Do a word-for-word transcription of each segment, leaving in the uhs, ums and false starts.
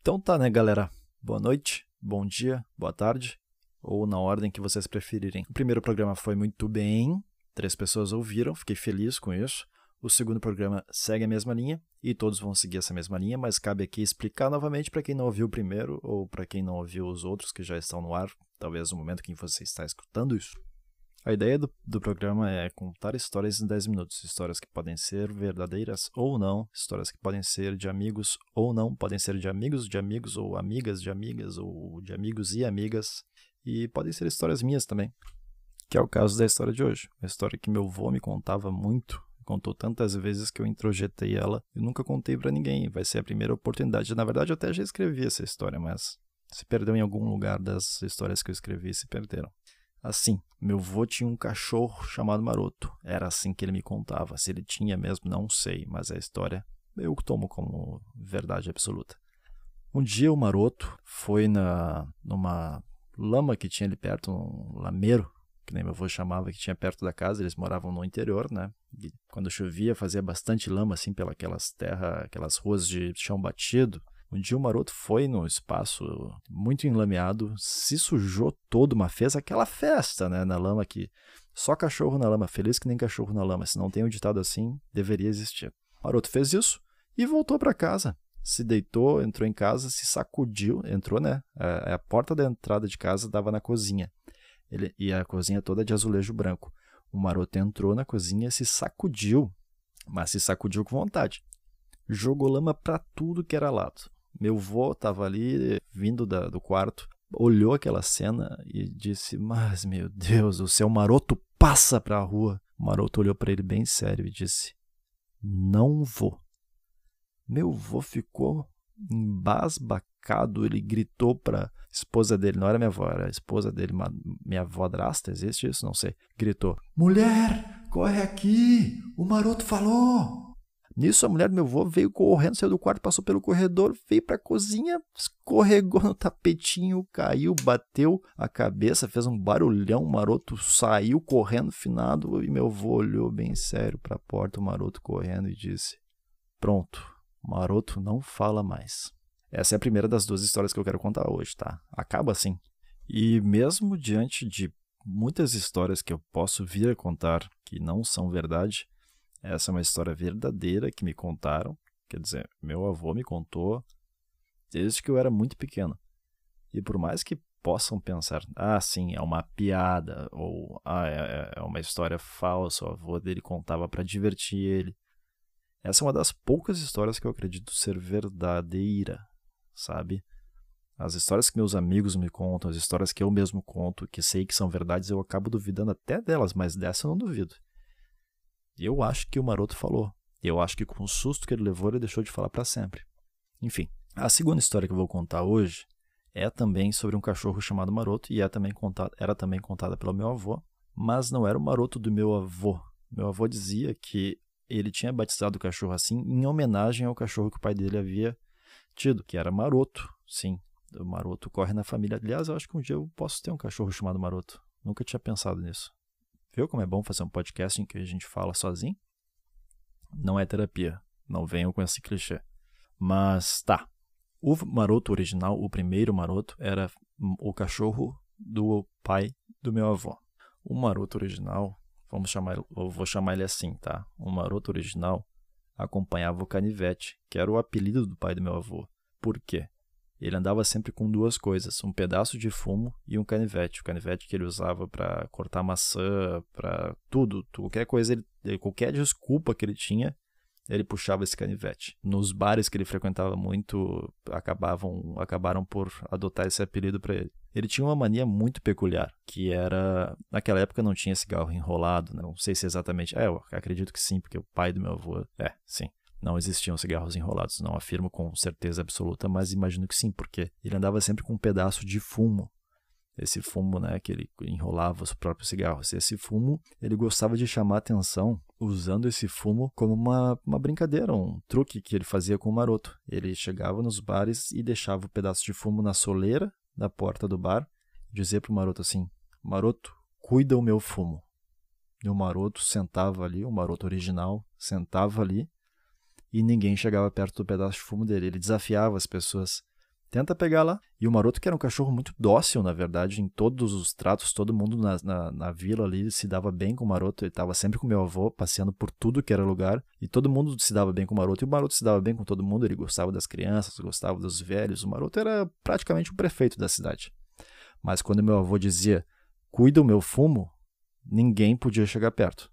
Então tá, né, galera? Boa noite, bom dia, boa tarde, ou na ordem que vocês preferirem. O primeiro programa foi muito bem, três pessoas ouviram, fiquei feliz com isso. O segundo programa segue a mesma linha, e todos vão seguir essa mesma linha, mas cabe aqui explicar novamente para quem não ouviu o primeiro, ou para quem não ouviu os outros que já estão no ar, talvez no momento que você está escutando isso. A ideia do, do programa é contar histórias em dez minutos, histórias que podem ser verdadeiras ou não, histórias que podem ser de amigos ou não, podem ser de amigos de amigos ou amigas de amigas ou de amigos e amigas, e podem ser histórias minhas também, que é o caso da história de hoje, uma história que meu avô me contava muito, contou tantas vezes que eu introjetei ela e nunca contei pra ninguém, vai ser a primeira oportunidade. Na verdade eu até já escrevi essa história, mas se perdeu em algum lugar das histórias que eu escrevi, se perderam. Assim, meu avô tinha um cachorro chamado Maroto. Era assim que ele me contava. Se ele tinha mesmo, não sei, mas a história eu tomo como verdade absoluta. Um dia o Maroto foi na, numa lama que tinha ali perto, um lameiro, que nem meu avô chamava, que tinha perto da casa. Eles moravam no interior, né? E quando chovia fazia bastante lama, assim, pelas terras, aquelas ruas de chão batido. Um dia o Maroto foi no espaço muito enlameado, se sujou todo, mas fez aquela festa, né, na lama que só cachorro na lama, feliz que nem cachorro na lama. Se não tem um ditado assim, deveria existir. O Maroto fez isso e voltou para casa. Se deitou, entrou em casa, se sacudiu, entrou, né? A, a porta da entrada de casa dava na cozinha. Ele, e a cozinha toda de azulejo branco. O Maroto entrou na cozinha e se sacudiu, mas se sacudiu com vontade. Jogou lama para tudo que era lado. Meu vô estava ali, vindo da, do quarto, olhou aquela cena e disse: mas, meu Deus, o seu Maroto passa para a rua. O Maroto olhou para ele bem sério e disse: não vou. Meu vô ficou embasbacado, ele gritou para a esposa dele, não era minha avó, era a esposa dele, minha vodrasta, existe isso? Não sei. Gritou: mulher, corre aqui, o Maroto falou. Nisso, a mulher do meu avô veio correndo, saiu do quarto, passou pelo corredor, veio para a cozinha, escorregou no tapetinho, caiu, bateu a cabeça, fez um barulhão, o Maroto saiu correndo, finado, e meu avô olhou bem sério para a porta, o Maroto correndo e disse: pronto, o Maroto não fala mais. Essa é a primeira das duas histórias que eu quero contar hoje, tá? Acaba assim. E mesmo diante de muitas histórias que eu posso vir a contar que não são verdade, essa é uma história verdadeira que me contaram, quer dizer, meu avô me contou desde que eu era muito pequeno. E por mais que possam pensar, ah, sim, é uma piada, ou ah, é, é uma história falsa, o avô dele contava para divertir ele. Essa é uma das poucas histórias que eu acredito ser verdadeira, sabe? As histórias que meus amigos me contam, as histórias que eu mesmo conto, que sei que são verdades, eu acabo duvidando até delas, mas dessa eu não duvido. Eu acho que o Maroto falou. Eu acho que com o susto que ele levou, ele deixou de falar para sempre. Enfim, a segunda história que eu vou contar hoje é também sobre um cachorro chamado Maroto e é também contada, era também contada pelo meu avô, mas não era o Maroto do meu avô. Meu avô dizia que ele tinha batizado o cachorro assim em homenagem ao cachorro que o pai dele havia tido, que era Maroto. Sim, o Maroto corre na família. Aliás, eu acho que um dia eu posso ter um cachorro chamado Maroto. Nunca tinha pensado nisso. Viu como é bom fazer um podcast em que a gente fala sozinho? Não é terapia. Não venham com esse clichê. Mas tá. O Maroto original, o primeiro Maroto, era o cachorro do pai do meu avô. O Maroto original, vamos chamar, eu vou chamar ele assim, tá? O Maroto original acompanhava o Canivete, que era o apelido do pai do meu avô. Por quê? Ele andava sempre com duas coisas, um pedaço de fumo e um canivete. O canivete que ele usava para cortar maçã, para tudo, qualquer coisa, ele, qualquer desculpa que ele tinha, ele puxava esse canivete. Nos bares que ele frequentava muito, acabavam, acabaram por adotar esse apelido para ele. Ele tinha uma mania muito peculiar, que era... Naquela época não tinha cigarro enrolado, né? Não sei se exatamente... É, eu acredito que sim, porque o pai do meu avô... É, sim. Não existiam cigarros enrolados, não afirmo com certeza absoluta, mas imagino que sim, porque ele andava sempre com um pedaço de fumo. Esse fumo, né, que ele enrolava os próprios cigarros. Esse fumo, ele gostava de chamar a atenção usando esse fumo como uma, uma brincadeira, um truque que ele fazia com o Maroto. Ele chegava nos bares e deixava o pedaço de fumo na soleira da porta do bar e dizia para o Maroto assim: Maroto, cuida o meu fumo. E o Maroto sentava ali, o Maroto original sentava ali, e ninguém chegava perto do pedaço de fumo dele. Ele desafiava as pessoas Tenta pegar lá. E o Maroto, que era um cachorro muito dócil, na verdade, em todos os tratos, todo mundo na, na, na vila ali se dava bem com o Maroto. Ele estava sempre com meu avô, passeando por tudo que era lugar. E todo mundo se dava bem com o Maroto. E o Maroto se dava bem com todo mundo. Ele gostava das crianças, gostava dos velhos. O Maroto era praticamente o prefeito da cidade. Mas quando meu avô dizia, cuida o meu fumo, ninguém podia chegar perto.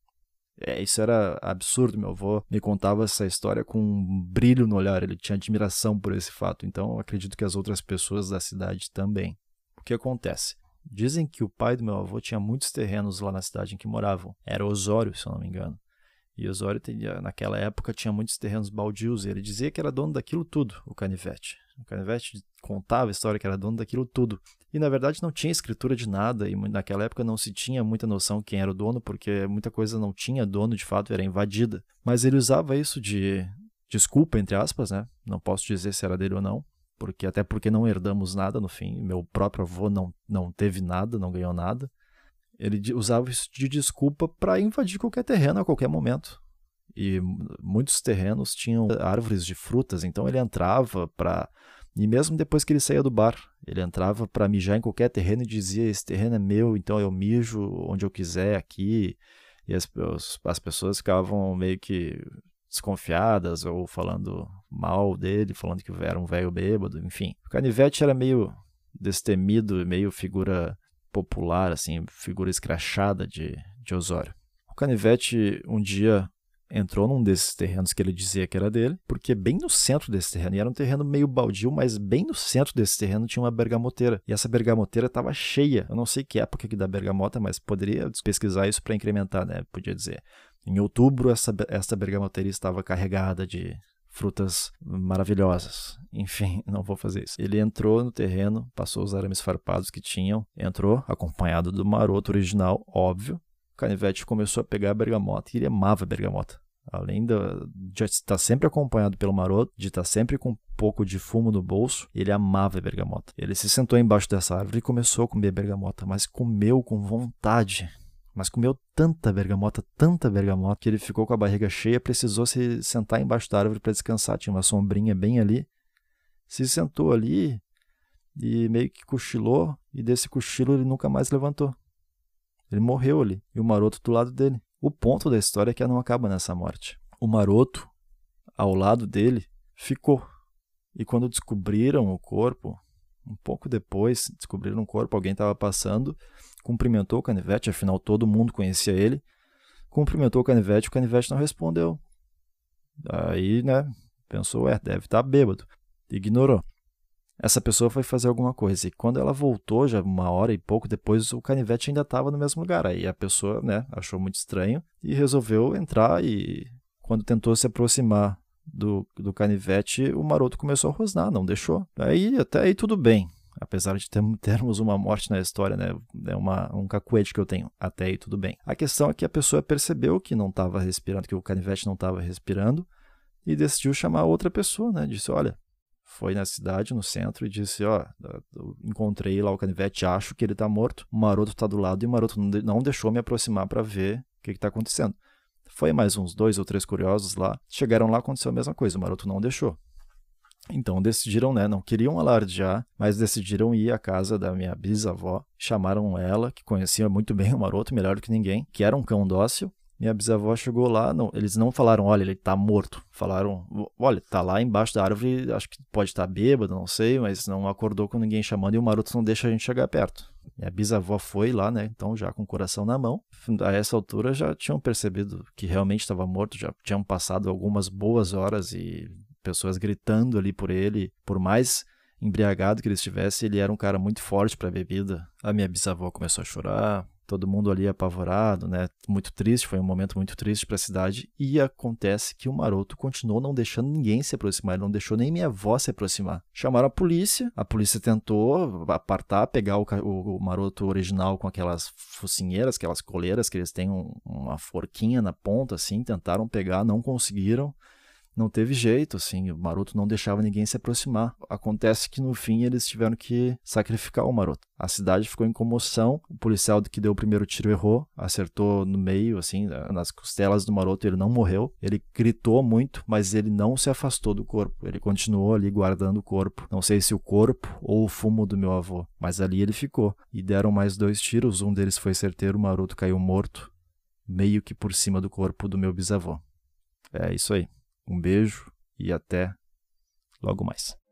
É, isso era absurdo. Meu avô me contava essa história com um brilho no olhar. Ele tinha admiração por esse fato. Então, eu acredito que as outras pessoas da cidade também. O que acontece? Dizem que o pai do meu avô tinha muitos terrenos lá na cidade em que moravam. Era Osório, se eu não me engano. E Osório, tinha, naquela época, tinha muitos terrenos baldios. E ele dizia que era dono daquilo tudo, o Canivete. O Canivete contava a história que era dono daquilo tudo. E, na verdade, não tinha escritura de nada. E naquela época não se tinha muita noção quem era o dono, porque muita coisa não tinha dono, de fato, era invadida. Mas ele usava isso de desculpa, entre aspas, né? Não posso dizer se era dele ou não. Porque, até porque não herdamos nada no fim. Meu próprio avô não, não teve nada, não ganhou nada. Ele usava isso de desculpa para invadir qualquer terreno a qualquer momento. E muitos terrenos tinham árvores de frutas, então ele entrava para... E mesmo depois que ele saía do bar, ele entrava para mijar em qualquer terreno e dizia, esse terreno é meu, então eu mijo onde eu quiser aqui. E as, as pessoas ficavam meio que desconfiadas ou falando mal dele, falando que era um velho bêbado, enfim. O Canivete era meio destemido, meio figura popular, assim, figura escrachada de, de Osório. O Canivete um dia entrou num desses terrenos que ele dizia que era dele, porque bem no centro desse terreno, e era um terreno meio baldio, mas bem no centro desse terreno tinha uma bergamoteira, e essa bergamoteira estava cheia. Eu não sei que época que da bergamota, mas poderia pesquisar isso para incrementar, né? Podia dizer, em outubro essa, essa bergamoteira estava carregada de frutas maravilhosas. Enfim, não vou fazer isso. Ele entrou no terreno, passou os arames farpados que tinham, entrou acompanhado do Maroto original, óbvio. O Canivete começou a pegar a bergamota e ele amava a bergamota. Além de, de estar sempre acompanhado pelo Maroto, de estar sempre com um pouco de fumo no bolso, ele amava a bergamota. Ele se sentou embaixo dessa árvore e começou a comer a bergamota, mas comeu com vontade. Mas comeu tanta bergamota, tanta bergamota, que ele ficou com a barriga cheia, precisou se sentar embaixo da árvore para descansar. Tinha uma sombrinha bem ali. Se sentou ali e meio que cochilou, e desse cochilo ele nunca mais levantou. Ele morreu ali, e o Maroto do lado dele. O ponto da história é que ela não acaba nessa morte. O Maroto, ao lado dele, ficou. E quando descobriram o corpo, um pouco depois, descobriram o corpo, alguém estava passando, cumprimentou o Canivete, afinal todo mundo conhecia ele, cumprimentou o Canivete, o Canivete não respondeu. Aí, né, pensou, é, deve estar bêbado. Ignorou. Essa pessoa foi fazer alguma coisa, e quando ela voltou, já uma hora e pouco depois, o Canivete ainda estava no mesmo lugar. Aí a pessoa, né, achou muito estranho e resolveu entrar, e quando tentou se aproximar do, do Canivete, o Maroto começou a rosnar, não deixou. Aí até aí tudo bem. Apesar de ter, termos uma morte na história, né? É uma, um cacuete que eu tenho. Até aí tudo bem. A questão é que a pessoa percebeu que não estava respirando, que o Canivete não estava respirando, e decidiu chamar outra pessoa, né? Disse, olha, foi na cidade, no centro, e disse, ó, encontrei lá o Canivete, acho que ele está morto, o Maroto está do lado, e o Maroto não deixou me aproximar para ver o que está acontecendo. Foi mais uns dois ou três curiosos lá, chegaram lá, aconteceu a mesma coisa, o Maroto não deixou. Então decidiram, né, não queriam alardear, mas decidiram ir à casa da minha bisavó. Chamaram ela, que conhecia muito bem o Maroto, melhor do que ninguém, que era um cão dócil. Minha bisavó chegou lá, não, eles não falaram, olha, ele tá morto. Falaram, olha, tá lá embaixo da árvore, acho que pode estar bêbado, não sei, mas não acordou com ninguém chamando e o Maroto não deixa a gente chegar perto. Minha bisavó foi lá, né, então já com o coração na mão. A essa altura já tinham percebido que realmente estava morto, já tinham passado algumas boas horas e pessoas gritando ali por ele, por mais embriagado que ele estivesse, ele era um cara muito forte para a bebida. A minha bisavó começou a chorar, todo mundo ali apavorado, né? Muito triste, foi um momento muito triste para a cidade. E acontece que o Maroto continuou não deixando ninguém se aproximar, ele não deixou nem minha avó se aproximar. Chamaram a polícia, a polícia tentou apartar, pegar o, o, o Maroto original com aquelas focinheiras, aquelas coleiras que eles têm um, uma forquinha na ponta, assim, tentaram pegar, não conseguiram. não teve jeito, assim, o Maroto não deixava ninguém se aproximar. Acontece que no fim eles tiveram que sacrificar o Maroto. A cidade ficou em comoção, o policial que deu o primeiro tiro errou, acertou no meio, assim, nas costelas do Maroto, ele não morreu. Ele gritou muito, mas ele não se afastou do corpo, ele continuou ali guardando o corpo. Não sei se o corpo ou o fumo do meu avô, mas ali ele ficou. E deram mais dois tiros, um deles foi certeiro, o Maroto caiu morto, meio que por cima do corpo do meu bisavô. É isso aí. Um beijo e até logo mais.